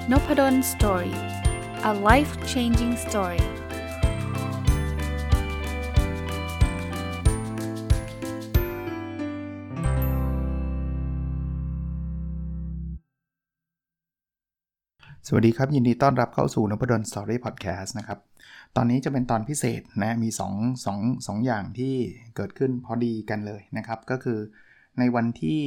Noppadan Story. A life-changing story. สวัสดีครับยินดีต้อนรับเข้าสู่ Noppadan Story Podcast นะครับตอนนี้จะเป็นตอนพิเศษนะมี2อย่างที่เกิดขึ้นพอดีกันเลยนะครับก็คือในวันที่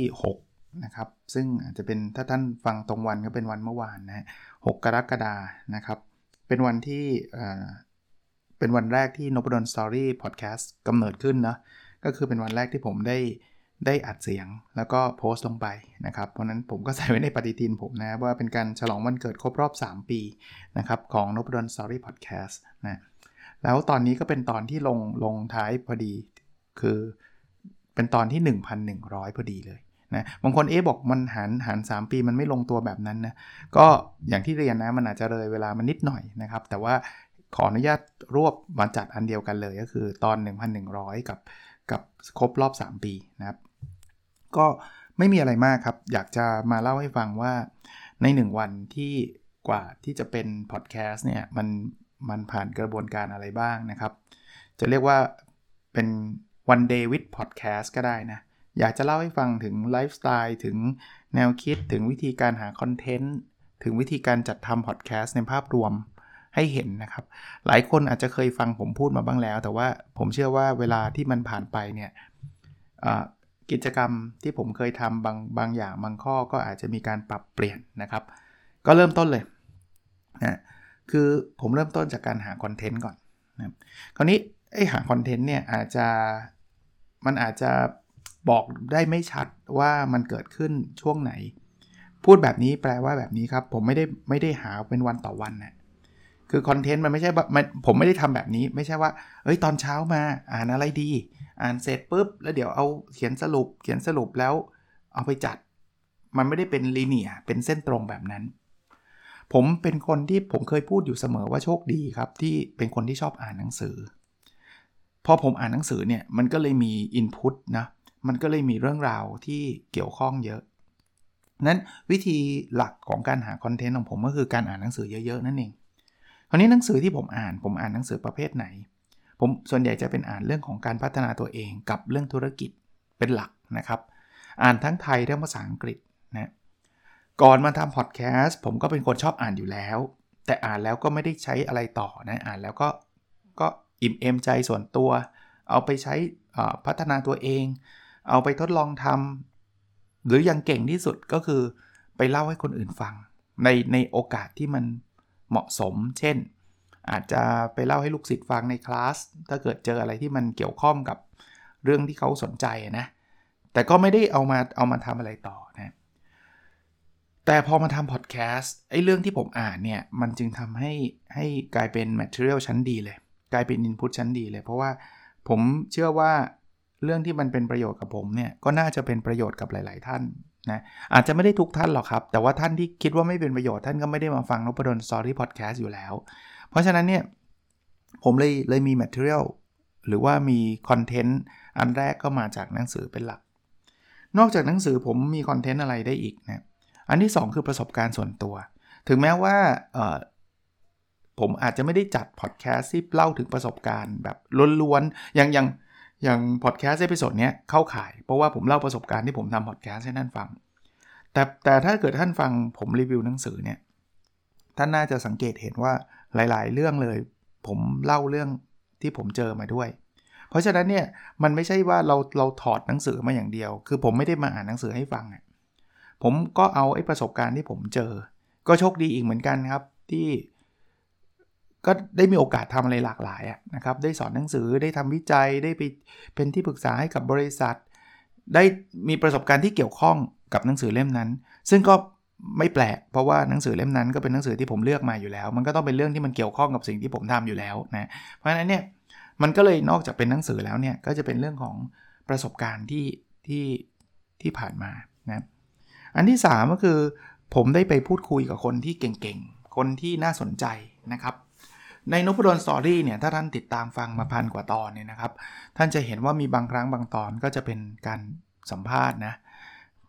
6นะครับซึ่งอาจจะเป็นถ้าท่านฟังตรงวันก็เป็นวันเมื่อวานนะ6กรกฎาคมนะครับเป็นวันที่เป็นวันแรกที่ Noppadan Story Podcast กำเนิดขึ้นนะก็คือเป็นวันแรกที่ผมได้อัดเสียงแล้วก็โพสต์ลงไปนะครับเพราะนั้นผมก็ใส่ไว้ในปฏิทินผมนะว่าเป็นการฉลองวันเกิดครบรอบ3ปีนะครับของ Noppadan Story Podcast นะแล้วตอนนี้ก็เป็นตอนที่ลงท้ายพอดีคือเป็นตอนที่ 1,100 พอดีเลยนะบางคนบอกมันหาร3ปีมันไม่ลงตัวแบบนั้นนะก็อย่างที่เรียนนะมันอาจจะเลยเวลามันนิดหน่อยนะครับแต่ว่าขออนุญาตรวบมาจัดอันเดียวกันเลยก็คือตอน 1,100 กับครบรอบ3ปีนะครับก็ไม่มีอะไรมากครับอยากจะมาเล่าให้ฟังว่าใน1วันที่กว่าที่จะเป็นพอดแคสต์เนี่ยมันผ่านกระบวนการอะไรบ้างนะครับจะเรียกว่าเป็น one day with podcast ก็ได้นะอยากจะเล่าให้ฟังถึงไลฟ์สไตล์ถึงแนวคิดถึงวิธีการหาคอนเทนต์ถึงวิธีการจัดทำพอดแคสต์ในภาพรวมให้เห็นนะครับหลายคนอาจจะเคยฟังผมพูดมาบ้างแล้วแต่ว่าผมเชื่อว่าเวลาที่มันผ่านไปเนี่ยกิจกรรมที่ผมเคยทำบางอย่างบางข้อก็อาจจะมีการปรับเปลี่ยนนะครับก็เริ่มต้นเลยนะคือผมเริ่มต้นจากการหาคอนเทนต์ก่อนนะคราวนี้หาคอนเทนต์เนี่ยอาจจะบอกได้ไม่ชัดว่ามันเกิดขึ้นช่วงไหนพูดแบบนี้แปลว่าแบบนี้ครับผมไม่ได้หาเป็นวันต่อวันนะคือคอนเทนต์มันไม่ใช่ผมไม่ได้ทำแบบนี้ไม่ใช่ว่าตอนเช้ามาอ่านอะไรดีอ่านเสร็จปุ๊บแล้วเดี๋ยวเอาเขียนสรุปแล้วเอาไปจัดมันไม่ได้เป็นลีเนียร์เป็นเส้นตรงแบบนั้นผมเป็นคนที่ผมเคยพูดอยู่เสมอว่าโชคดีครับที่เป็นคนที่ชอบอ่านหนังสือพอผมอ่านหนังสือเนี่ยมันก็เลยมีอินพุตนะมันก็เลยมีเรื่องราวที่เกี่ยวข้องเยอะนั้นวิธีหลักของการหาคอนเทนต์ของผมก็คือการอ่านหนังสือเยอะๆนั่นเองคราวนี้หนังสือที่ผมอ่านหนังสือประเภทไหนผมส่วนใหญ่จะเป็นอ่านเรื่องของการพัฒนาตัวเองกับเรื่องธุรกิจเป็นหลักนะครับอ่านทั้งไทยทั้งภาษาอังกฤษนะก่อนมาทำพอดแคสต์ผมก็เป็นคนชอบอ่านอยู่แล้วแต่อ่านแล้วก็ไม่ได้ใช้อะไรต่อนะอ่านแล้วก็อิ่มเอมใจส่วนตัวเอาไปใช้พัฒนาตัวเองเอาไปทดลองทำหรืออย่างเก่งที่สุดก็คือไปเล่าให้คนอื่นฟังในโอกาสที่มันเหมาะสมเช่นอาจจะไปเล่าให้ลูกศิษย์ฟังในคลาสถ้าเกิดเจออะไรที่มันเกี่ยวข้องกับเรื่องที่เขาสนใจนะแต่ก็ไม่ได้เอามาทำอะไรต่อนะแต่พอมาทำพอดแคสต์เรื่องที่ผมอ่านเนี่ยมันจึงทำให้กลายเป็น material ชั้นดีเลยกลายเป็น input ชั้นดีเลยเพราะว่าผมเชื่อว่าเรื่องที่มันเป็นประโยชน์กับผมเนี่ยก็น่าจะเป็นประโยชน์กับหลายๆท่านนะอาจจะไม่ได้ทุกท่านหรอกครับแต่ว่าท่านที่คิดว่าไม่เป็นประโยชน์ท่านก็ไม่ได้มาฟัง Noppadan Story Podcast อยู่แล้วเพราะฉะนั้นเนี่ยผมเลยมี material หรือว่ามีคอนเทนต์อันแรกก็มาจากหนังสือเป็นหลักนอกจากหนังสือผมมีคอนเทนต์อะไรได้อีกนะอันที่2คือประสบการณ์ส่วนตัวถึงแม้ว่าผมอาจจะไม่ได้จัดพอดแคสต์ที่เล่าถึงประสบการณ์แบบล้วนๆอย่างพอดแคสต์เอพิโซดเนี้ยเข้าข่ายเพราะว่าผมเล่าประสบการณ์ที่ผมทำพอดแคสต์ให้ท่านฟังแต่ถ้าเกิดท่านฟังผมรีวิวหนังสือเนี่ยท่านน่าจะสังเกตเห็นว่าหลายๆเรื่องเลยผมเล่าเรื่องที่ผมเจอมาด้วยเพราะฉะนั้นเนี่ยมันไม่ใช่ว่าเราถอดหนังสือมาอย่างเดียวคือผมไม่ได้มาอ่านหนังสือให้ฟังผมก็เอาประสบการณ์ที่ผมเจอก็โชคดีอีกเหมือนกันครับที่ก็ได้มีโอกาสทำอะไรหลากหลายนะครับได้สอนหนังสือได้ทำวิจัยได้ไปเป็นที่ปรึกษาให้กับบริษัทได้มีประสบการณ์ที่เกี่ยวข้องกับหนังสือเล่มนั้นซึ่งก็ไม่แปลกเพราะว่าหนังสือเล่มนั้นก็เป็นหนังสือที่ผมเลือกมาอยู่แล้วมันก็ต้องเป็นเรื่องที่มันเกี่ยวข้องกับสิ่งที่ผมทำอยู่แล้วนะเพราะฉะนั้นเนี่ยมันก็เลยนอกจากเป็นหนังสือแล้วเนี่ยก็จะเป็นเรื่องของประสบการณ์ที่ผ่านมานะอันที่3ก็คือผมได้ไปพูดคุยกับคนที่เก่งๆคนที่น่าสนใจนะครับใน Noppadan Story เนี่ยถ้าท่านติดตามฟังมา1,000 กว่าตอนเนี่ยนะครับท่านจะเห็นว่ามีบางครั้งบางตอนก็จะเป็นการสัมภาษณ์นะ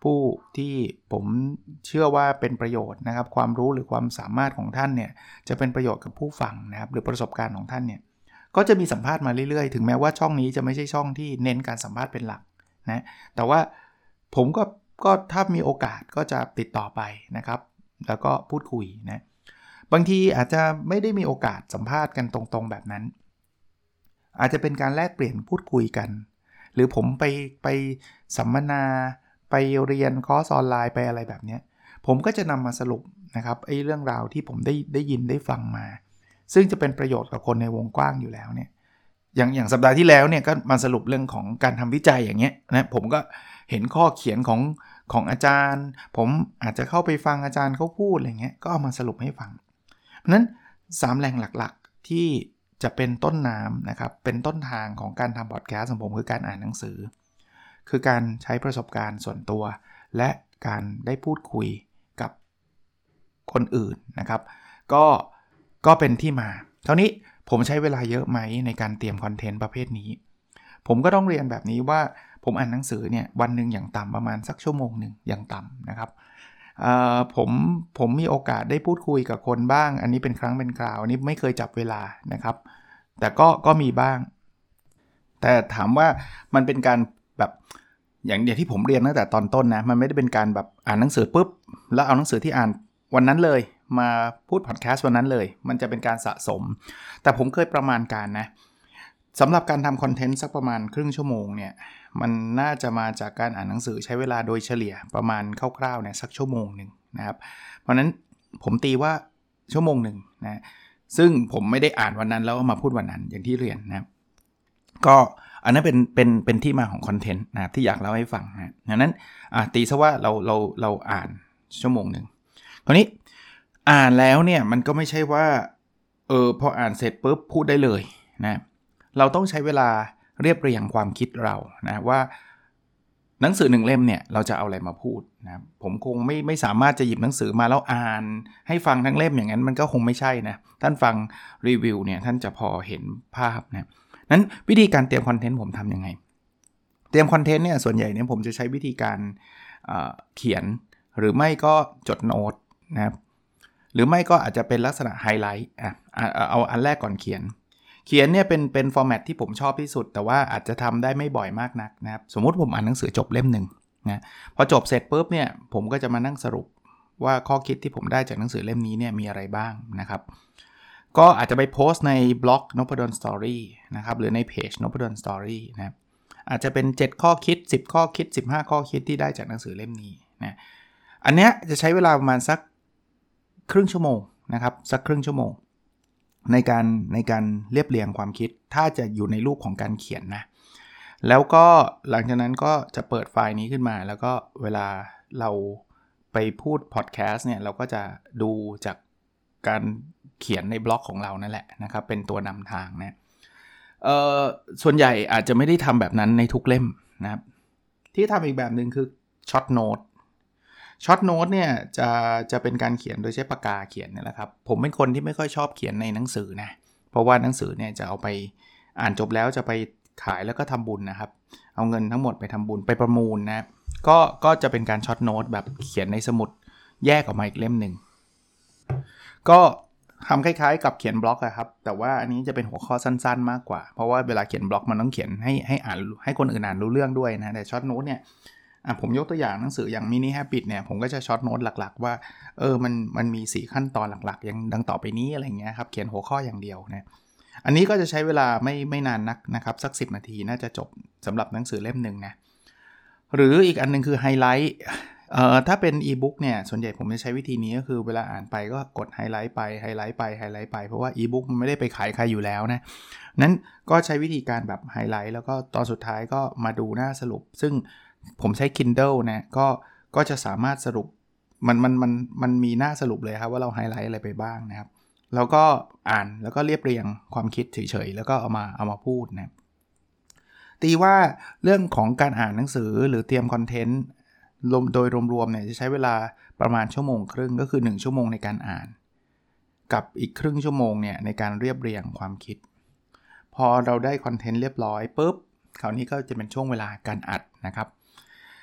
ผู้ที่ผมเชื่อว่าเป็นประโยชน์นะครับความรู้หรือความสามารถของท่านเนี่ยจะเป็นประโยชน์กับผู้ฟังนะครับหรือประสบการณ์ของท่านเนี่ยก็จะมีสัมภาษณ์มาเรื่อยๆถึงแม้ว่าช่องนี้จะไม่ใช่ช่องที่เน้นการสัมภาษณ์เป็นหลักนะแต่ว่าผมก็ถ้ามีโอกาสก็จะติดต่อไปนะครับแล้วก็พูดคุยนะบางทีอาจจะไม่ได้มีโอกาสสัมภาษณ์กันตรงๆแบบนั้นอาจจะเป็นการแลกเปลี่ยนพูดคุยกันหรือผมไปสัมมนาไปเรียนคอร์สออนไลน์ไปอะไรแบบนี้ผมก็จะนำมาสรุปนะครับไอ้เรื่องราวที่ผมได้ยินได้ฟังมาซึ่งจะเป็นประโยชน์กับคนในวงกว้างอยู่แล้วเนี่ยอย่างสัปดาห์ที่แล้วเนี่ยก็มาสรุปเรื่องของการทำวิจัยอย่างเงี้ยนะผมก็เห็นข้อเขียนของอาจารย์ผมอาจจะเข้าไปฟังอาจารย์เขาพูดอะไรเงี้ยก็เอามาสรุปให้ฟังเพราะฉะนั้น3แหล่งหลักๆที่จะเป็นต้นน้ำนะครับเป็นต้นทางของการทำพอดแคสต์ของผมคือการอ่านหนังสือคือการใช้ประสบการณ์ส่วนตัวและการได้พูดคุยกับคนอื่นนะครับก็เป็นที่มาเท่านี้ผมใช้เวลาเยอะไหมในการเตรียมคอนเทนต์ประเภทนี้ผมก็ต้องเรียนแบบนี้ว่าผมอ่านหนังสือเนี่ยวันนึงอย่างต่ำประมาณสักชั่วโมงนึงอย่างต่ำนะครับผมมีโอกาสได้พูดคุยกับคนบ้างอันนี้เป็นครั้งเป็นคราวอันนี้ไม่เคยจับเวลานะครับแต่ก็มีบ้างแต่ถามว่ามันเป็นการแบบอย่างที่ผมเรียนตั้งแต่ตอนต้นนะมันไม่ได้เป็นการแบบอ่านหนังสือปุ๊บแล้วเอาหนังสือที่อ่านวันนั้นเลยมาพูดพอดแคสต์วันนั้นเลยมันจะเป็นการสะสมแต่ผมเคยประมาณการนะสำหรับการทำคอนเทนต์สักประมาณครึ่งชั่วโมงเนี่ยมันน่าจะมาจากการอ่านหนังสือใช้เวลาโดยเฉลี่ยประมาณคร่าวๆเนี่ยสักชั่วโมงนึงนะครับเพราะนั้นผมตีว่าชั่วโมงนึงนะซึ่งผมไม่ได้อ่านวันนั้นแล้วมาพูดวันนั้นอย่างที่เรียนนะก็อันนั้นเป็นที่มาของคอนเทนต์นะที่อยากเล่าให้ฟังนะดังนั้นตีซะว่าเราอ่านชั่วโมงนึงคราวนี้อ่านแล้วเนี่ยมันก็ไม่ใช่ว่าพออ่านเสร็จปุ๊บพูดได้เลยนะเราต้องใช้เวลาเรียบเรียงความคิดเรานะว่าหนังสือ1เล่มเนี่ยเราจะเอาอะไรมาพูดนะผมคงไม่สามารถจะหยิบหนังสือมาแล้วอ่านให้ฟังทั้งเล่มอย่างนั้นมันก็คงไม่ใช่นะท่านฟังรีวิวเนี่ยท่านจะพอเห็นภาพนะนั้นวิธีการเตรียมคอนเทนต์ผมทำยังไงเตรียมคอนเทนต์เนี่ยส่วนใหญ่เนี่ยผมจะใช้วิธีการเขียนหรือไม่ก็จดโน้ตนะครับหรือไม่ก็อาจจะเป็นลักษณะไฮไลท์เอาอันแรกก่อนเขียนเนี่ยเป็นฟอร์แมตที่ผมชอบที่สุดแต่ว่าอาจจะทำได้ไม่บ่อยมากนักนะครับสมมุติผมอ่านหนังสือจบเล่มนึงนะพอจบเสร็จปุ๊บเนี่ยผมก็จะมานั่งสรุปว่าข้อคิดที่ผมได้จากหนังสือเล่มนี้เนี่ยมีอะไรบ้างนะครับก็อาจจะไปโพสต์ในบล็อก Nopadon Story นะครับหรือในเพจ Nopadon Story นะครับอาจจะเป็น7ข้อคิด10ข้อคิด15ข้อคิดที่ได้จากหนังสือเล่มนี้นะอันเนี้ยจะใช้เวลาประมาณสักครึ่งชั่วโมงนะครับสักครึ่งชั่วโมงในการเรียบเรียงความคิดถ้าจะอยู่ในรูปของการเขียนนะแล้วก็หลังจากนั้นก็จะเปิดไฟล์นี้ขึ้นมาแล้วก็เวลาเราไปพูดพอดแคสต์เนี่ยเราก็จะดูจากการเขียนในบล็อกของเรานั่นแหละนะครับเป็นตัวนำทางนะส่วนใหญ่อาจจะไม่ได้ทำแบบนั้นในทุกเล่มนะครับที่ทำอีกแบบนึงคือช็อตโน้ตเนี่ยจะเป็นการเขียนโดยใช้ปากกาเขียนนี่แหละครับผมเป็นคนที่ไม่ค่อยชอบเขียนในหนังสือนะเพราะว่าหนังสือเนี่ยจะเอาไปอ่านจบแล้วจะไปขายแล้วก็ทำบุญนะครับเอาเงินทั้งหมดไปทำบุญไปประมูลนะก็จะเป็นการช็อตโน้ตแบบเขียนในสมุดแยกออกมาอีกเล่มนึงก็ทำคล้ายๆกับเขียนบล็อกอะครับแต่ว่าอันนี้จะเป็นหัวข้อสั้นๆมากกว่าเพราะว่าเวลาเขียนบล็อกมันต้องเขียนให้อ่านให้คนอื่นอ่านรู้เรื่องด้วยนะแต่ช็อตโน้ตเนี่ยผมยกตัวอย่างหนังสืออย่าง Mini Habit เนี่ยผมก็จะช็อตโน้ตหลักๆว่ามันมี4ขั้นตอนหลักๆอย่างดังต่อไปนี้อะไรเงี้ยครับเขียนหัวข้ออย่างเดียวนะอันนี้ก็จะใช้เวลาไม่นานนักนะครับสัก10นาทีน่าจะจบสำหรับหนังสือเล่มนึงนะหรืออีกอันนึงคือไฮไลท์ถ้าเป็นอีบุ๊กเนี่ยส่วนใหญ่ผมจะใช้วิธีนี้ก็คือเวลาอ่านไปก็กดไฮไลท์ไปไฮไลท์ไปเพราะว่าอีบุ๊กมันไม่ได้ไปขายใครอยู่แล้วนะนั้นก็ใช้วิธีการแบบไฮไลท์แล้วก็ตอนสุดท้ายก็มาดูหน้าสรุปซึ่งผมใช้ Kindle นะก็จะสามารถสรุปมันมีหน้าสรุปเลยครับว่าเราไฮไลท์อะไรไปบ้างนะครับแล้วก็อ่านแล้วก็เรียบเรียงความคิดเฉยๆแล้วก็เอามาพูดนะตีว่าเรื่องของการอ่านหนังสือหรือเตรียมคอนเทนต์โดยรวมๆเนี่ยจะใช้เวลาประมาณ1 ชั่วโมงครึ่งก็คือ1ชั่วโมงในการอ่านกับอีกครึ่งชั่วโมงเนี่ยในการเรียบเรียงความคิดพอเราได้คอนเทนต์เรียบร้อยปุ๊บคราวนี้ก็จะเป็นช่วงเวลาการอัดนะครับ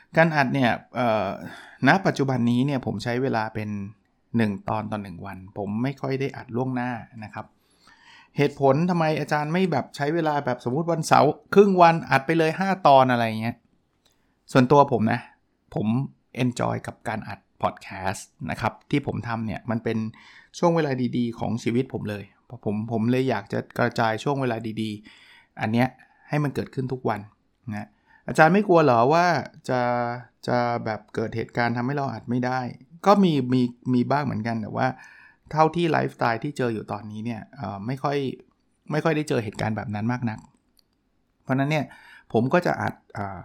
การอัดเนี่ยณปัจจุบันนี้เนี่ยผมใช้เวลาเป็น1ตอนต่อ1วันผมไม่ค่อยได้อัดล่วงหน้านะครับเหตุผลทำไมอาจารย์ไม่แบบใช้เวลาแบบสมมุติวันเสาร์ครึ่งวันอัดไปเลย5ตอนอะไรเงี้ยส่วนตัวผมนะผมเอนจอยกับการอัดพอดแคสต์นะครับที่ผมทำเนี่ยมันเป็นช่วงเวลาดีๆของชีวิตผมเลยผมเลยอยากจะกระจายช่วงเวลาดีๆอันเนี้ยให้มันเกิดขึ้นทุกวันนะอาจารย์ไม่กลัวเหรอว่าจะแบบเกิดเหตุการณ์ทำให้เราอัดไม่ได้ก็มีบ้างเหมือนกันแต่ว่าเท่าที่ไลฟ์สไตล์ที่เจออยู่ตอนนี้เนี่ยไม่ค่อยได้เจอเหตุการณ์แบบนั้นมากนักเพราะนั้นเนี่ยผมก็จะอัด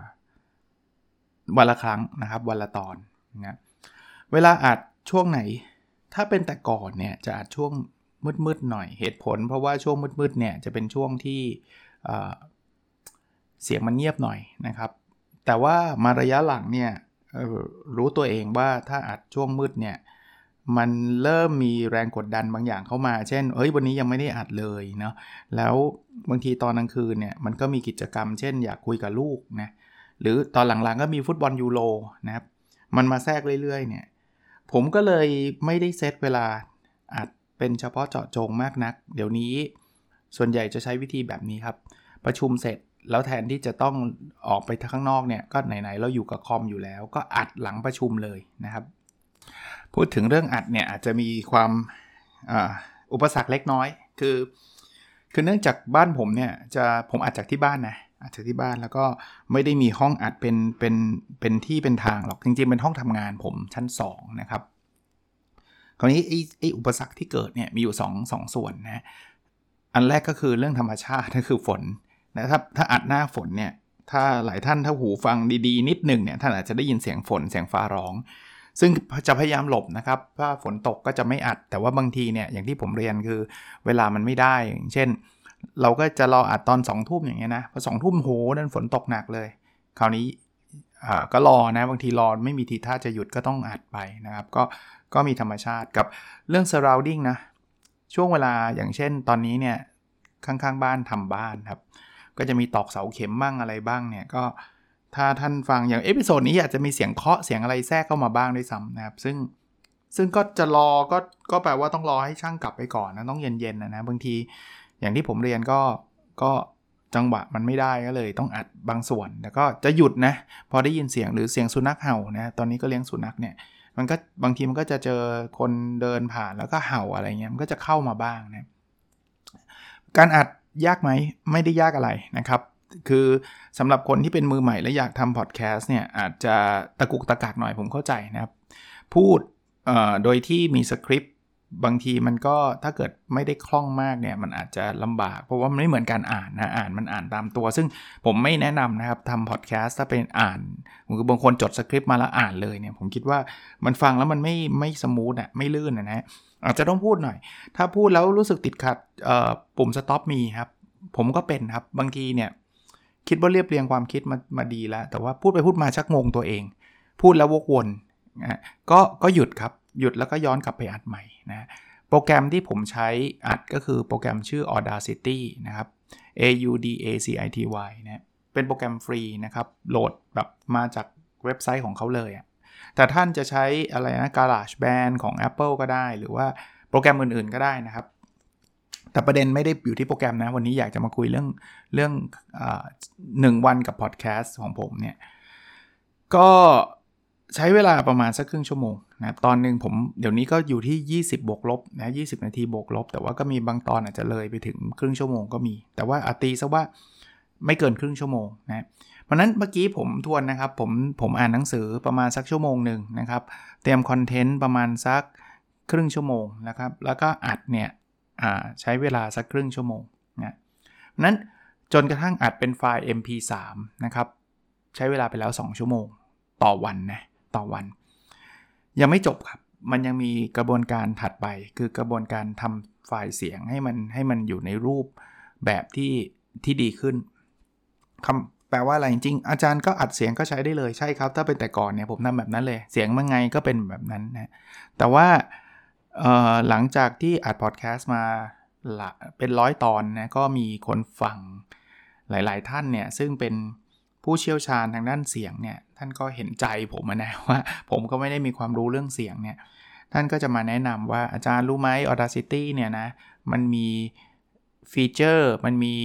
วันละครั้งนะครับวันละตอนนะเวลาอัดช่วงไหนถ้าเป็นแต่ก่อนเนี่ยจะอัดช่วงมืดๆหน่อยเหตุผลเพราะว่าช่วงมืดๆเนี่ยจะเป็นช่วงที่เสียงมันเงียบหน่อยนะครับแต่ว่ามาระยะหลังเนี่ยรู้ตัวเองว่าถ้าอัดช่วงมืดเนี่ยมันเริ่มมีแรงกดดันบางอย่างเข้ามาเช่นวันนี้ยังไม่ได้อัดเลยเนาะแล้วบางทีตอนกลางคืนเนี่ยมันก็มีกิจกรรมเช่นอยากคุยกับลูกนะหรือตอนหลังๆก็มีฟุตบอลยูโรนะครับมันมาแทรกเรื่อยๆเนี่ยผมก็เลยไม่ได้เซตเวลาอัดเป็นเฉพาะเจาะจงมากนักเดี๋ยวนี้ส่วนใหญ่จะใช้วิธีแบบนี้ครับประชุมเสร็จแล้วแทนที่จะต้องออกไปข้างนอกเนี่ยก็ไหนๆเราอยู่กับคอมอยู่แล้วก็อัดหลังประชุมเลยนะครับพูดถึงเรื่องอัดเนี่ยอาจจะมีความอุปสรรคเล็กน้อยคือเนื่องจากบ้านผมเนี่ยผมอัดจากที่บ้านนะอัดจากที่บ้านแล้วก็ไม่ได้มีห้องอัดเป็นที่เป็นทางหรอกจริงๆเป็นห้องทำงานผมชั้น2นะครับคราวนี้ไอ้อุปสรรคที่เกิดเนี่ยมีอยู่2ส่วนนะอันแรกก็คือเรื่องธรรมชาติก็คือฝนนะครับถ้าอัดหน้าฝนเนี่ยถ้าหลายท่านถ้าหูฟังดีๆนิดนึงเนี่ยท่านอาจจะได้ยินเสียงฝนเสียงฟ้าร้องซึ่งจะพยายามหลบนะครับถ้าฝนตกก็จะไม่อัดแต่ว่าบางทีเนี่ยอย่างที่ผมเรียนคือเวลามันไม่ได้อย่างเช่นเราก็จะรออัดตอน20:00 นอย่างเงี้ยนะพอ20:00 นโหนั่นฝนตกหนักเลยคราวนี้ก็รอนะบางทีรอไม่มีทีท่าจะหยุดก็ต้องอัดไปนะครับก็มีธรรมชาติกับเรื่อง surrounding นะช่วงเวลาอย่างเช่นตอนนี้เนี่ยข้างๆบ้านทำบ้านครับก็จะมีตอกเสาเข็มบ้างอะไรบ้างเนี่ยก็ถ้าท่านฟังอย่างเอพิโซดนี้อาจจะมีเสียงเคาะเสียงอะไรแทรกเข้ามาบ้างด้วยซ้ำนะครับซึ่งก็จะรอก็แปลว่าต้องรอให้ช่างกลับไปก่อนนะต้องเย็นๆนะบางทีอย่างที่ผมเรียนก็จังหวะมันไม่ได้ก็เลยต้องอัดบางส่วนแต่ก็จะหยุดนะพอได้ยินเสียงหรือเสียงสุนัขเห่านะตอนนี้ก็เลี้ยงสุนัขเนี่ยมันก็บางทีมันก็จะเจอคนเดินผ่านแล้วก็เห่าอะไรเงี้ยมันก็จะเข้ามาบ้างนะการอัดยากไหมไม่ได้ยากอะไรนะครับคือสำหรับคนที่เป็นมือใหม่และอยากทำพอดแคสต์เนี่ยอาจจะตะกุกตะกักหน่อยผมเข้าใจนะครับพูดโดยที่มีสคริปต์บางทีมันก็ถ้าเกิดไม่ได้คล่องมากเนี่ยมันอาจจะลำบากเพราะว่ามันไม่เหมือนการอ่านนะมันอ่านตามตัวซึ่งผมไม่แนะนำนะครับทำพอดแคสต์ถ้าเป็นอ่านคือบางคนจดสคริปต์มาแล้วอ่านเลยเนี่ยผมคิดว่ามันฟังแล้วมันไม่สมูทไม่ลื่นนะอาจจะต้องพูดหน่อยถ้าพูดแล้วรู้สึกติดขัดปุ่มสต็อปมีครับผมก็เป็นครับบางทีเนี่ยคิดว่าเรียบเรียงความคิดมาดีแล้วแต่ว่าพูดไปพูดมาชักงงตัวเองพูดแล้ววกวนก็หยุดครับหยุดแล้วก็ย้อนกลับไปอัดใหม่นะโปรแกรมที่ผมใช้อัดก็คือโปรแกรมชื่อ Audacity นะครับ AUDACITY นะเป็นโปรแกรมฟรีนะครับโหลดแบบมาจากเว็บไซต์ของเขาเลยแต่ท่านจะใช้อะไรนะ GarageBand ของ Apple ก็ได้หรือว่าโปรแกรมอื่นๆก็ได้นะครับแต่ประเด็นไม่ได้อยู่ที่โปรแกรมนะวันนี้อยากจะมาคุยเรื่อง1 วันกับพอดแคสต์ของผมเนี่ยก็ใช้เวลาประมาณสักครึ่งชั่วโมงนะตอนนึงผมเดี๋ยวนี้ก็อยู่ที่20 บวกลบนะ20 นาทีบวกลบแต่ว่าก็มีบางตอนอาจจะเลยไปถึงครึ่งชั่วโมงก็มีแต่ว่าตีซะว่าไม่เกินครึ่งชั่วโมงนะเพราะนั้นเมื่อกี้ผมทวนนะครับผมอ่านหนังสือประมาณสักชั่วโมงนึงนะครับเตรียมคอนเทนต์ประมาณสักครึ่งชั่วโมงนะครับแล้วก็อัดเนี่ยใช้เวลาสักครึ่งชั่วโมงนะนั้นจนกระทั่งอัดเป็นไฟล์ MP3 นะครับใช้เวลาไปแล้ว2ชั่วโมงต่อวันนะต่อวันยังไม่จบครับมันยังมีกระบวนการถัดไปคือกระบวนการทำไฟล์เสียงให้มันอยู่ในรูปแบบที่ดีขึ้นแปลว่าอะไรจริงๆอาจารย์ก็อัดเสียงก็ใช้ได้เลยใช่ครับถ้าเป็นแต่ก่อนเนี่ยผมทำแบบนั้นเลยเสียงมันไงก็เป็นแบบนั้นนะแต่ว่าหลังจากที่อัดพอดแคสต์มาเป็น100 ตอนนะก็มีคนฟังหลายๆท่านเนี่ยซึ่งเป็นผู้เชี่ยวชาญทางด้านเสียงเนี่ยท่านก็เห็นใจผมนะว่าผมก็ไม่ได้มีความรู้เรื่องเสียงเนี่ยท่านก็จะมาแนะนำว่าอาจารย์รู้ไหม Audacity เนี่ยนะมันมีฟีเจอร์มันมี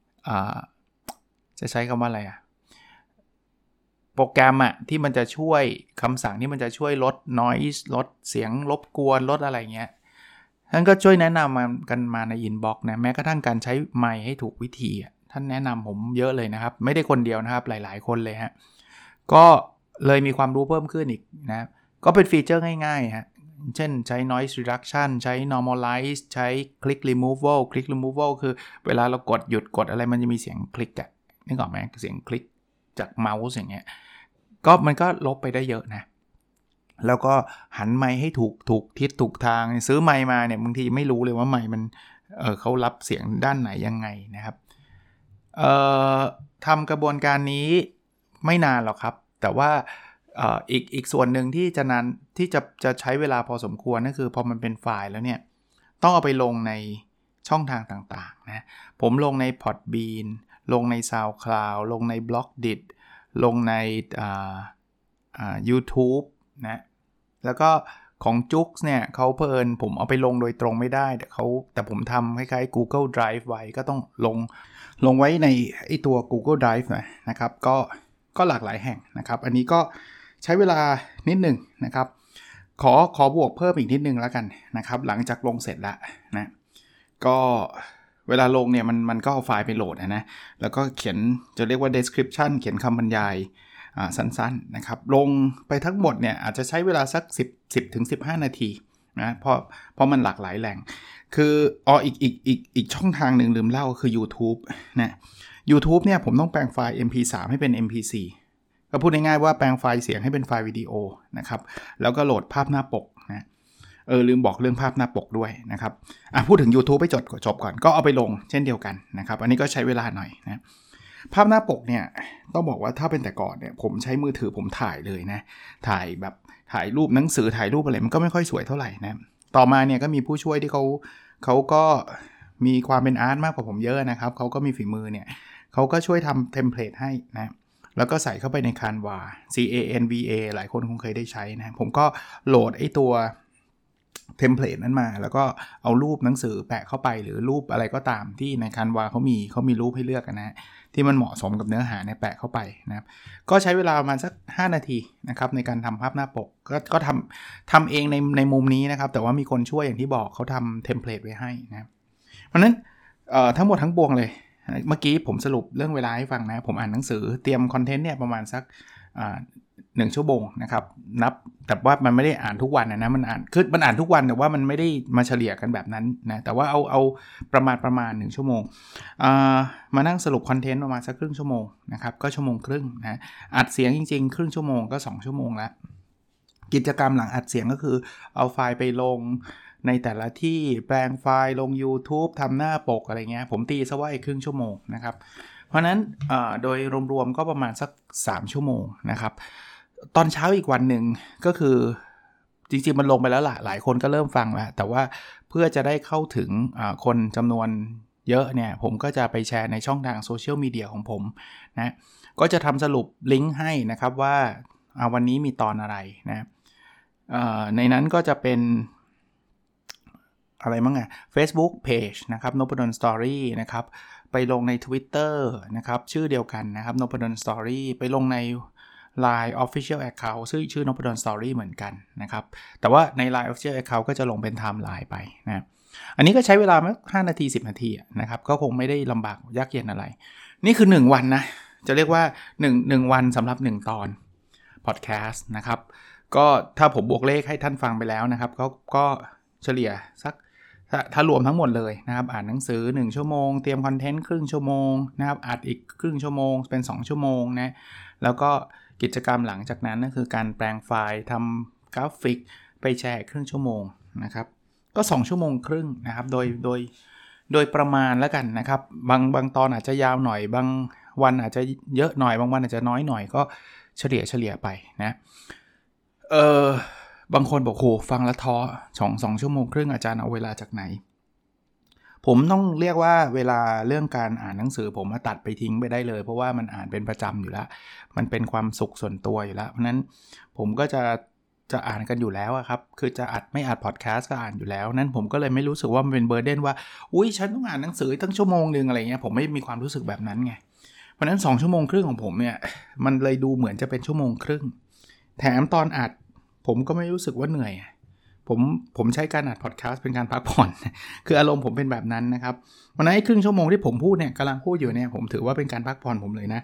จะใช้คำว่าอะไรโปรแกรมที่มันจะช่วยคำสั่งที่มันจะช่วยลด noise ลดเสียงรบกวนลดอะไรเงี้ยท่านก็ช่วยแนะนำกันมาใน inbox นะแม้กระทั่งการใช้ไมค์ให้ถูกวิธีท่านแนะนำผมเยอะเลยนะครับไม่ได้คนเดียวนะครับหลายๆคนเลยฮะก็เลยมีความรู้เพิ่มขึ้นอีกนะก็เป็นฟีเจอร์ง่ายๆฮะเช่นใช้ noise reduction ใช้ normalize ใช้ click removal คือเวลาเรากดหยุดกดอะไรมันจะมีเสียงคลิกนึกออกไหมเสียงคลิกจากเมาส์อย่างเงี้ยก็มันก็ลบไปได้เยอะนะแล้วก็หันไมค์ให้ถูกทิศถูกทางซื้อไมค์มาเนี่ยบางทีไม่รู้เลยว่าไมค์มันเขารับเสียงด้านไหนยังไงนะครับทำกระบวนการนี้ไม่นานหรอกครับแต่ว่าอีกส่วนหนึ่งที่จะนานที่จะใช้เวลาพอสมควรนั่นคือพอมันเป็นไฟล์แล้วเนี่ยต้องเอาไปลงในช่องทางต่างๆนะผมลงใน Podbean ลงใน SoundCloud ลงใน Blockdit ลงในYouTube นะแล้วก็ของ Joox เนี่ยเขาเพิ่นผมเอาไปลงโดยตรงไม่ได้แต่ผมทำคล้ายๆ Google Drive ไว้ก็ต้องลงไว้ในไอ้ตัว Google Drive นะครับก็หลากหลายแห่งนะครับอันนี้ก็ใช้เวลานิดนึงนะครับขอบวกเพิ่มอีกนิดนึงแล้วกันนะครับหลังจากลงเสร็จแล้วนะก็เวลาลงเนี่ยมันก็เอาไฟล์ไปโหลดนะแล้วก็เขียนจะเรียกว่า description เขียนคำบรรยายสั้นๆนะครับลงไปทั้งหมดเนี่ยอาจจะใช้เวลาสัก10 ถึง 15 นาทีนะเพราะมันหลากหลายแหล่งคืออีกช่องทางหนึ่งลืมเล่าคือ YouTube นะ YouTube เนี่ยผมต้องแปลงไฟล์ MP3 ให้เป็น MP4 ก็พูดง่ายๆว่าแปลงไฟล์เสียงให้เป็นไฟล์วิดีโอนะครับแล้วก็โหลดภาพหน้าปกนะลืมบอกเรื่องภาพหน้าปกด้วยนะครับพูดถึง YouTube ไปจบก่อนก็เอาไปลงเช่นเดียวกันนะครับอันนี้ก็ใช้เวลาหน่อยนะภาพหน้าปกเนี่ยต้องบอกว่าถ้าเป็นแต่ก่อนเนี่ยผมใช้มือถือผมถ่ายเลยนะถ่ายรูปหนังสือถ่ายรูปอะไรมันก็ไม่ค่อยสวยเท่าไหร่นะต่อมาเนี่ยก็มีผู้ช่วยที่เขาก็มีความเป็นอาร์ตมากกว่าผมเยอะนะครับเขาก็มีฝีมือเนี่ยเขาก็ช่วยทำเทมเพลตให้นะแล้วก็ใส่เข้าไปใน Canva CANVA หลายคนคงเคยได้ใช้นะผมก็โหลดไอ้ตัวเทมเพลตนั้นมาแล้วก็เอารูปหนังสือแปะเข้าไปหรือรูปอะไรก็ตามที่ใน Canva เขามีรูปให้เลือกนะที่มันเหมาะสมกับเนื้อหาในแปะเข้าไปนะครับก็ใช้เวลาประมาณสัก5นาทีนะครับในการทำภาพหน้าปกก็ทำเองในมุมนี้นะครับแต่ว่ามีคนช่วยอย่างที่บอกเขาทำเทมเพลตไว้ให้นะเพราะฉะนั้นทั้งหมดทั้งปวงเลยเมื่อกี้ผมสรุปเรื่องเวลาให้ฟังนะผมอ่านหนังสือเตรียมคอนเทนต์เนี่ยประมาณสัก1 ชั่วโมงนะครับนับแต่ว่ามันไม่ได้อ่านทุกวันนะมันอ่านทุกวันแต่ว่ามันไม่ได้มาเฉลี่ยกันแบบนั้นนะแต่ว่าเอาประมาณ1 ชั่วโมงมานั่งสรุปคอนเทนต์ประมาณสักครึ่งชั่วโมงนะครับก็ชั่วโมงครึ่งนะอัดเสียงจริงๆครึ่งชั่วโมงก็2 ชั่วโมงแล้วกิจกรรมหลังอัดเสียงก็คือเอาไฟล์ไปลงในแต่ละที่แปลงไฟล์ลง YouTube ทำหน้าปกอะไรเงี้ยผมตีซะว่าอีกครึ่งชั่วโมงนะครับเพราะนั้นโดยรวมๆก็ประมาณสัก3 ชั่วโมงนะครับตอนเช้าอีกวันหนึ่งก็คือจริงๆมันลงไปแล้วล่ะหลายคนก็เริ่มฟังแล้วแต่ว่าเพื่อจะได้เข้าถึงคนจำนวนเยอะเนี่ยผมก็จะไปแชร์ในช่องทางโซเชียลมีเดียของผมนะก็จะทำสรุปลิงก์ให้นะครับว่าวันนี้มีตอนอะไรนะในนั้นก็จะเป็นอะไรบ้างFacebook Page นะครับ Noppadon Story นะครับไปลงใน Twitter นะครับชื่อเดียวกันนะครับ Noppadon Story ไปลงใน Line Official Account ชื่อ Noppadon Story เหมือนกันนะครับแต่ว่าใน Line Official Account ก็จะลงเป็นไทม์ไลน์ไปนะอันนี้ก็ใช้เวลา5 นาที 10 นาทีนะครับก็คงไม่ได้ลำบากยากเย็นอะไรนี่คือ1วันนะจะเรียกว่า1วันสำหรับ1ตอน Podcast นะครับก็ถ้าผมบวกเลขให้ท่านฟังไปแล้วนะครับก็เฉลี่ยสักถ้ารวมทั้งหมดเลยนะครับอ่านหนังสือ1 ชั่วโมงเตรียมคอนเทนต์ครึ่งชั่วโมงนะครับอัดอีกครึ่งชั่วโมงเป็น2 ชั่วโมงนะแล้วก็กิจกรรมหลังจากนั้นก็คือการแปลงไฟล์ทำกราฟิกไปแชร์ครึ่งชั่วโมงนะครับก็2 ชั่วโมงครึ่งนะครับโดยประมาณแล้วกันนะครับบางตอนอาจจะยาวหน่อยบางวันอาจจะเยอะหน่อยบางวันอาจจะน้อยหน่อยก็เฉลี่ยไปนะบางคนบอกโหฟังแล้วท้อ2 ชั่วโมงครึ่งอาจารย์เอาเวลาจากไหนผมต้องเรียกว่าเวลาเรื่องการอ่านหนังสือผมตัดไปทิ้งไปได้เลยเพราะว่ามันอ่านเป็นประจำอยู่แล้วมันเป็นความสุขส่วนตัวอยู่แล้วเพราะนั้นผมก็จะอ่านกันอยู่แล้วครับคือจะอัดไม่อัดพอดแคสต์ก็อ่านอยู่แล้วนั้นผมก็เลยไม่รู้สึกว่ามันเป็นเบอร์เดนว่าอุ๊ยฉันต้องอ่านหนังสือตั้งชั่วโมงนึงอะไรเงี้ยผมไม่มีความรู้สึกแบบนั้นไงเพราะนั้น2 ชั่วโมงครึ่งของผมเนี่ยมันเลยดูเหมือนจะเป็นชั่วโมงครึ่งแถมตอนอัดผมก็ไม่รู้สึกว่าเหนื่อยผมใช้การอัดพอดแคสต์เป็นการพักผ่อนคืออารมณ์ผมเป็นแบบนั้นนะครับวันนั้นไอ้ครึ่งชั่วโมงที่ผมพูดเนี่ยกำลังพูดอยู่เนี่ยผมถือว่าเป็นการพักผ่อนผมเลยนะ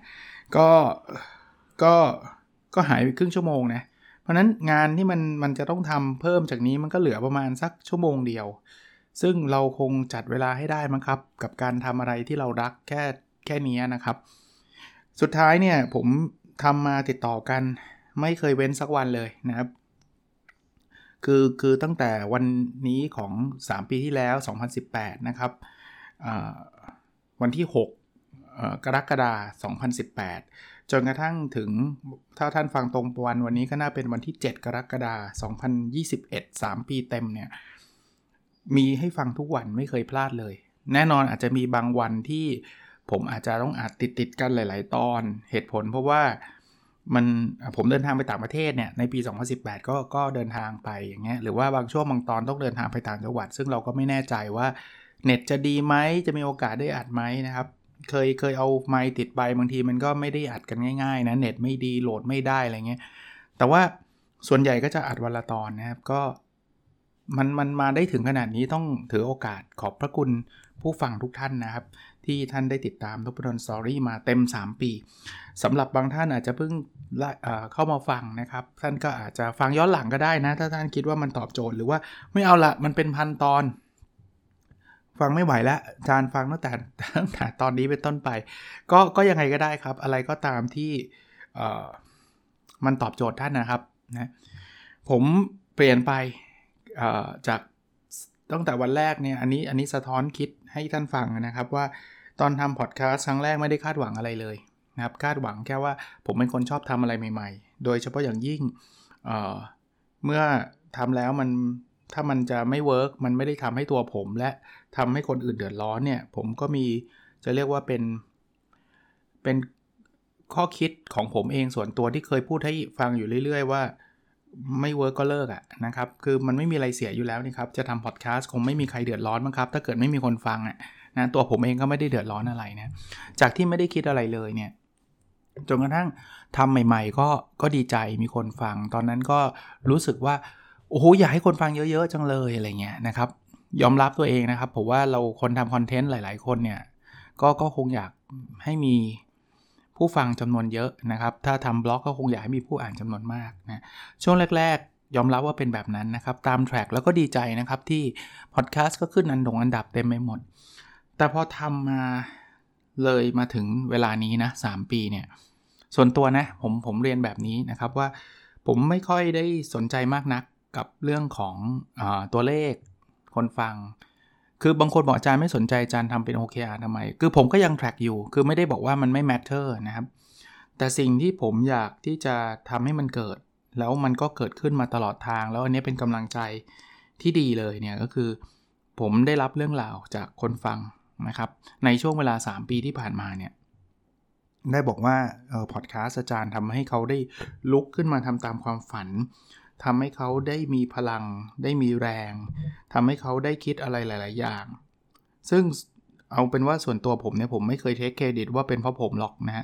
ก็หายไปครึ่งชั่วโมงนะเพราะนั้นงานที่มันจะต้องทำเพิ่มจากนี้มันก็เหลือประมาณสักชั่วโมงเดียวซึ่งเราคงจัดเวลาให้ได้มั้งครับกับการทำอะไรที่เรารักแค่นี้นะครับสุดท้ายเนี่ยผมทำมาติดต่อกันไม่เคยเว้นสักวันเลยนะครับคือตั้งแต่วันนี้ของ3 ปีที่แล้ว2018นะครับวันที่6กรกฎาคม2018จนกระทั่งถึงถ้าท่านฟังตรงวันนี้ก็น่าเป็นวันที่7กรกฎาคม2021 3 ปีเต็มเนี่ยมีให้ฟังทุกวันไม่เคยพลาดเลยแน่นอนอาจจะมีบางวันที่ผมอาจจะต้องอัดติดกันหลายๆตอนเหตุผลเพราะว่าผมเดินทางไปต่างประเทศเนี่ยในปี2018ก็เดินทางไปอย่างเงี้ยหรือว่าบางช่วงบางตอนต้องเดินทางไปต่างจังหวัดซึ่งเราก็ไม่แน่ใจว่าเน็ตจะดีไหมจะมีโอกาสได้อัดไหมนะครับเคยเอาไมค์ติดไปบางทีมันก็ไม่ได้อัดกันง่ายๆนะเน็ตไม่ดีโหลดไม่ได้อะไรเงี้ยแต่ว่าส่วนใหญ่ก็จะอัดวันละตอนนะครับก็มันมาได้ถึงขนาดนี้ต้องถือโอกาสขอบพระคุณผู้ฟังทุกท่านนะครับที่ท่านได้ติดตามนพดลสตอรี่มาเต็ม3 ปีสำหรับบางท่านอาจจะเพิ่งเข้ามาฟังนะครับท่านก็อาจจะฟังย้อนหลังก็ได้นะถ้าท่านคิดว่ามันตอบโจทย์หรือว่าไม่เอาละมันเป็น1,000 ตอนฟังไม่ไหวแล้วอาจารย์ฟังตั้งแต่ตอนนี้เป็นต้นไปก็ยังไงก็ได้ครับอะไรก็ตามที่มันตอบโจทย์ท่านนะครับนะผมเปลี่ยนไปจากตั้งแต่วันแรกเนี่ยอันนี้สะท้อนคิดให้ท่านฟังนะครับว่าตอนทำพอดแคสต์ครั้งแรกไม่ได้คาดหวังอะไรเลยนะครับคาดหวังแค่ว่าผมเป็นคนชอบทำอะไรใหม่ๆโดยเฉพาะอย่างยิ่งเมื่อทำแล้วถ้ามันจะไม่เวิร์กมันไม่ได้ทำให้ตัวผมและทำให้คนอื่นเดือดร้อนเนี่ยผมก็มีจะเรียกว่าเป็นข้อคิดของผมเองส่วนตัวที่เคยพูดให้ฟังอยู่เรื่อยๆว่าไม่เวิร์กก็เลิกนะครับคือมันไม่มีอะไรเสียอยู่แล้วนี่ครับจะทำพอดแคสต์คงไม่มีใครเดือดร้อนมั้งครับถ้าเกิดไม่มีคนฟังนะตัวผมเองก็ไม่ได้เดือดร้อนอะไรนะจากที่ไม่ได้คิดอะไรเลยเนี่ยจนกระทั่งทำใหม่ๆก็ดีใจมีคนฟังตอนนั้นก็รู้สึกว่าโอ้โหอยากให้คนฟังเยอะๆจังเลยอะไรเงี้ยนะครับยอมรับตัวเองนะครับผมว่าเราคนทำคอนเทนต์หลายๆคนเนี่ยก็คงอยากให้มีผู้ฟังจำนวนเยอะนะครับถ้าทำบล็อกก็คงอยากให้มีผู้อ่านจำนวนมากนะช่วงแรกๆยอมรับว่าเป็นแบบนั้นนะครับตามแทร็กแล้วก็ดีใจนะครับที่พอดแคสต์ก็ขึ้นอันดับเต็มไปหมดแต่พอทำมาเลยมาถึงเวลานี้นะ3 ปีเนี่ยส่วนตัวนะผมเรียนแบบนี้นะครับว่าผมไม่ค่อยได้สนใจมากนักกับเรื่องของตัวเลขคนฟังคือบางคนบอกอาจารย์ไม่สนใจอาจารย์ทำเป็น OKR ทำไมคือผมก็ยังแทร็กอยู่คือไม่ได้บอกว่ามันไม่ matter นะครับแต่สิ่งที่ผมอยากที่จะทำให้มันเกิดแล้วมันก็เกิดขึ้นมาตลอดทางแล้วอันนี้เป็นกำลังใจที่ดีเลยเนี่ยก็คือผมได้รับเรื่องราวจากคนฟังนะครับในช่วงเวลา3 ปีที่ผ่านมาเนี่ยได้บอกว่าพอดแคสต์อาจารย์ทำให้เขาได้ลุกขึ้นมาทำตามความฝันทำให้เขาได้มีพลังได้มีแรงทำให้เขาได้คิดอะไรหลายๆอย่างซึ่งเอาเป็นว่าส่วนตัวผมเนี่ยผมไม่เคยเทคเครดิตว่าเป็นเพราะผมหรอกนะฮะ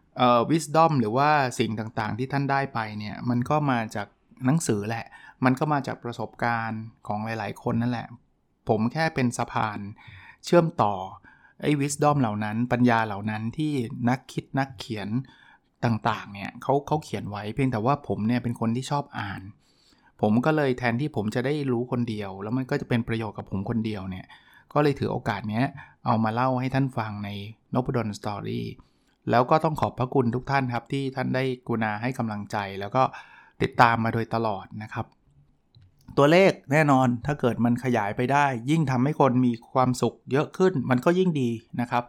wisdom หรือว่าสิ่งต่างๆที่ท่านได้ไปเนี่ยมันก็มาจากหนังสือแหละมันก็มาจากประสบการณ์ของหลายๆคนนั่นแหละผมแค่เป็นสะพานเชื่อมต่อไอ้ wisdom เหล่านั้นปัญญาเหล่านั้นที่นักคิดนักเขียนต่างๆเนี่ยเขาเขียนไว้เพียงแต่ว่าผมเนี่ยเป็นคนที่ชอบอ่านผมก็เลยแทนที่ผมจะได้รู้คนเดียวแล้วมันก็จะเป็นประโยชน์กับผมคนเดียวเนี่ยก็เลยถือโอกาสนี้เอามาเล่าให้ท่านฟังในนพดลสตอรี่แล้วก็ต้องขอบพระคุณทุกท่านครับที่ท่านได้กรุณาให้กำลังใจแล้วก็ติดตามมาโดยตลอดนะครับตัวเลขแน่นอนถ้าเกิดมันขยายไปได้ยิ่งทำให้คนมีความสุขเยอะขึ้นมันก็ยิ่งดีนะครับ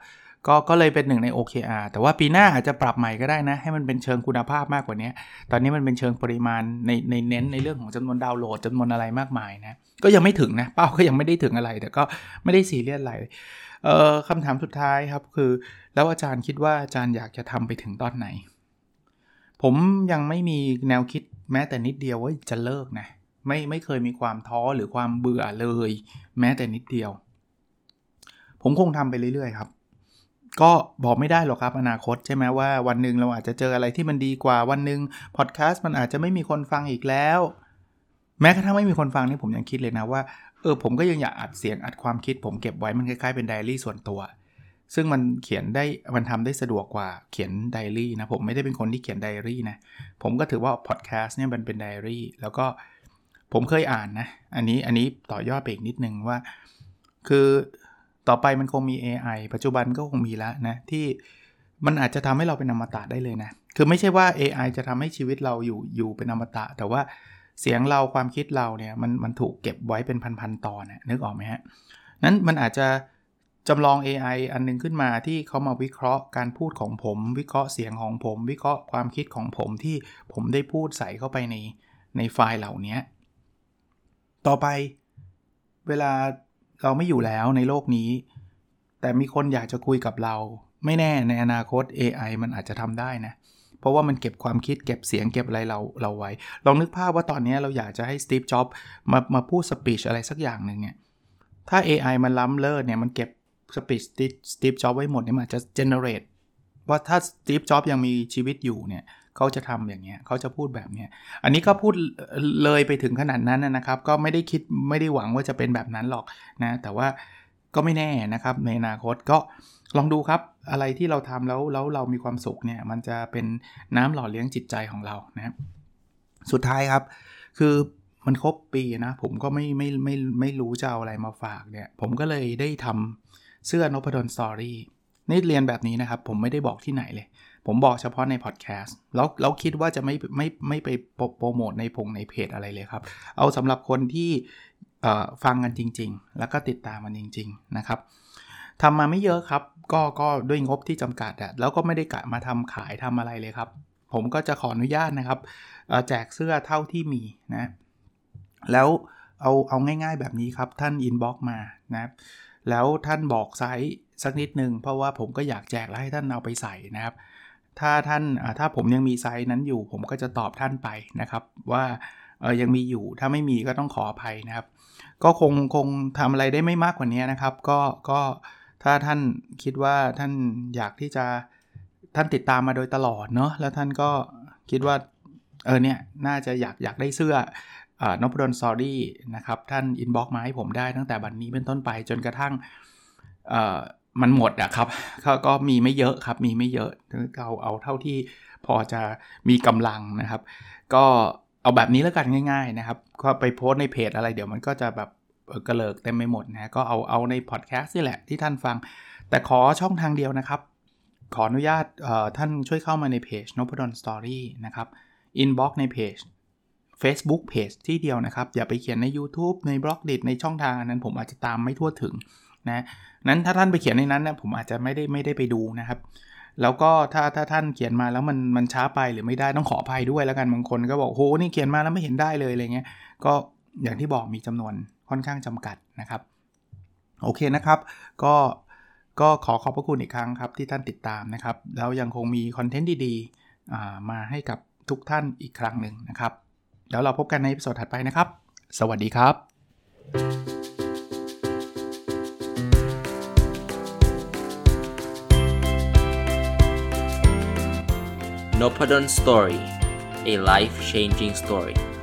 ก็เลยเป็นหนึ่งใน OKR แต่ว่าปีหน้าอาจจะปรับใหม่ก็ได้นะให้มันเป็นเชิงคุณภาพมากกว่านี้ตอนนี้มันเป็นเชิงปริมาณในเน้นในเรื่องของจำนวนดาวน์โหลดจำนวนอะไรมากมายนะก็ยังไม่ถึงนะเป้าก็ยังไม่ได้ถึงอะไรแต่ก็ไม่ได้ซีเรียสอะไรคำถามสุดท้ายครับคือแล้วอาจารย์คิดว่าอาจารย์อยากจะทำไปถึงตอนไหนผมยังไม่มีแนวคิดแม้แต่นิดเดียวว่าจะเลิกนะไม่เคยมีความท้อหรือความเบื่อเลยแม้แต่นิดเดียวผมคงทำไปเรื่อยๆครับก็บอกไม่ได้หรอกครับอนาคตใช่ไหมว่าวันนึงเราอาจจะเจออะไรที่มันดีกว่าวันนึงพอดแคสต์มันอาจจะไม่มีคนฟังอีกแล้วแม้กระทั่งไม่มีคนฟังนี่ผมยังคิดเลยนะว่าผมก็ยังอยากอัดเสียงอัดความคิดผมเก็บไว้มันคล้ายๆเป็นไดอารี่ส่วนตัวซึ่งมันเขียนได้มันทำได้สะดวกกว่าเขียนไดอารี่นะผมไม่ได้เป็นคนที่เขียนไดอารี่นะผมก็ถือว่าพอดแคสต์เนี่ยมันเป็นไดอารี่แล้วก็ผมเคยอ่านนะอันนี้ต่อยอดไปอีกนิดนึงว่าคือต่อไปมันคงมี AI ปัจจุบันก็คงมีแล้วนะที่มันอาจจะทำให้เราเป็นอมตะได้เลยนะคือไม่ใช่ว่า AI จะทำให้ชีวิตเราอยู่เป็นอมตะแต่ว่าเสียงเราความคิดเราเนี่ยมันถูกเก็บไว้เป็นพันๆตอนนะนึกออกไหมฮะนั้นมันอาจจะจำลอง AI อันนึงขึ้นมาที่เขามาวิเคราะห์การพูดของผมวิเคราะห์เสียงของผมวิเคราะห์ความคิดของผมที่ผมได้พูดใส่เข้าไปในไฟล์เหล่านี้ต่อไปเวลาเราไม่อยู่แล้วในโลกนี้แต่มีคนอยากจะคุยกับเราไม่แน่ในอนาคต AI มันอาจจะทำได้นะเพราะว่ามันเก็บความคิดเก็บเสียงเก็บอะไรเราไว้ลองนึกภาพว่าตอนนี้เราอยากจะให้สตีฟจ็อบส์มาพูดสปีชอะไรสักอย่างนึงเนี่ยถ้า AI มันล้ำเลิศเนี่ยมันเก็บสปีชสตีฟจ็อบส์ไว้หมดเนี่ยมันอาจจะเจเนเรตว่าถ้าสตีฟจ็อบส์ยังมีชีวิตอยู่เนี่ยเขาจะทำอย่างเงี้ยเขาจะพูดแบบเนี้ยอันนี้ก็พูดเลยไปถึงขนาดนั้นนะครับก็ไม่ได้หวังว่าจะเป็นแบบนั้นหรอกนะแต่ว่าก็ไม่แน่นะครับในอนาคตก็ลองดูครับอะไรที่เราทำแล้วเรามีความสุขเนี่ยมันจะเป็นน้ำหล่อเลี้ยงจิตใจของเรานะสุดท้ายครับคือมันครบปีนะผมก็ไม่รู้จะเอาอะไรมาฝากเนี่ยผมก็เลยได้ทำเสื้อนพดลสตอรี่นี่เรียนแบบนี้นะครับผมไม่ได้บอกที่ไหนเลยผมบอกเฉพาะในพอดแคสต์แล้วคิดว่าจะไม่ไปโปรโมทในเพจอะไรเลยครับเอาสำหรับคนที่ฟังกันจริงๆแล้วก็ติดตามมันจริงๆนะครับทำมาไม่เยอะครับก็ด้วยงบที่จำกัดแล้วก็ไม่ได้กะมาทำขายทำอะไรเลยครับผมก็จะขออนุญาตนะครับแจกเสื้อเท่าที่มีนะแล้วเอาง่ายๆแบบนี้ครับท่านอินบ็อกซ์มานะแล้วท่านบอกไซส์สักนิดนึงเพราะว่าผมก็อยากแจกแล้วให้ท่านเอาไปใส่นะครับถ้าผมยังมีไซส์นั้นอยู่ผมก็จะตอบท่านไปนะครับว่ายังมีอยู่ถ้าไม่มีก็ต้องขออภัยนะครับก็คงทำอะไรได้ไม่มากกว่านี้นะครับก็ถ้าท่านคิดว่าท่านอยากที่จะท่านติดตามมาโดยตลอดเนาะแล้วท่านก็คิดว่าเนี่ยน่าจะอยากได้เสื้อนพดลสตอรี่นะครับท่านอินบ็อกซ์มาให้ผมได้ตั้งแต่บัดนี้เป็นต้นไปจนกระทั่งมันหมดอะครับก็มีไม่เยอะครับมีไม่เยอะเอาเท่าที่พอจะมีกำลังนะครับก็เอาแบบนี้แล้วกันง่ายๆนะครับก็ไปโพสในเพจอะไรเดี๋ยวมันก็จะแบบกระเลิกเต็มไปหมดนะก็เอาในพอดแคสต์นี่แหละที่ท่านฟังแต่ขอช่องทางเดียวนะครับขออนุญาตท่านช่วยเข้ามาในเพจนพดลสตอรี่นะครับอินบ็อกซ์ในเพจ Facebook Page ที่เดียวนะครับอย่าไปเขียนใน YouTube ใน Blogdit ในช่องทางนั้นผมอาจจะตามไม่ทั่วถึงนะนั้นถ้าท่านไปเขียนในนั้นนะผมอาจจะไม่ได้ไปดูนะครับแล้วก็ถ้าท่านเขียนมาแล้วมันช้าไปหรือไม่ได้ต้องขออภัยด้วยแล้วกันบางคนก็บอกโหนี่เขียนมาแล้วไม่เห็นได้เลยอะไรเงี้ยก็อย่างที่บอกมีจำนวนค่อนข้างจำกัดนะครับโอเคนะครับก็ขอบพระคุณอีกครั้งครับที่ท่านติดตามนะครับแล้วยังคงมีคอนเทนต์ดีๆมาให้กับทุกท่านอีกครั้งหนึ่งนะครับแล้วเราพบกันในอีพิโซดถัดไปนะครับสวัสดีครับ Noppadon Story, a life-changing story.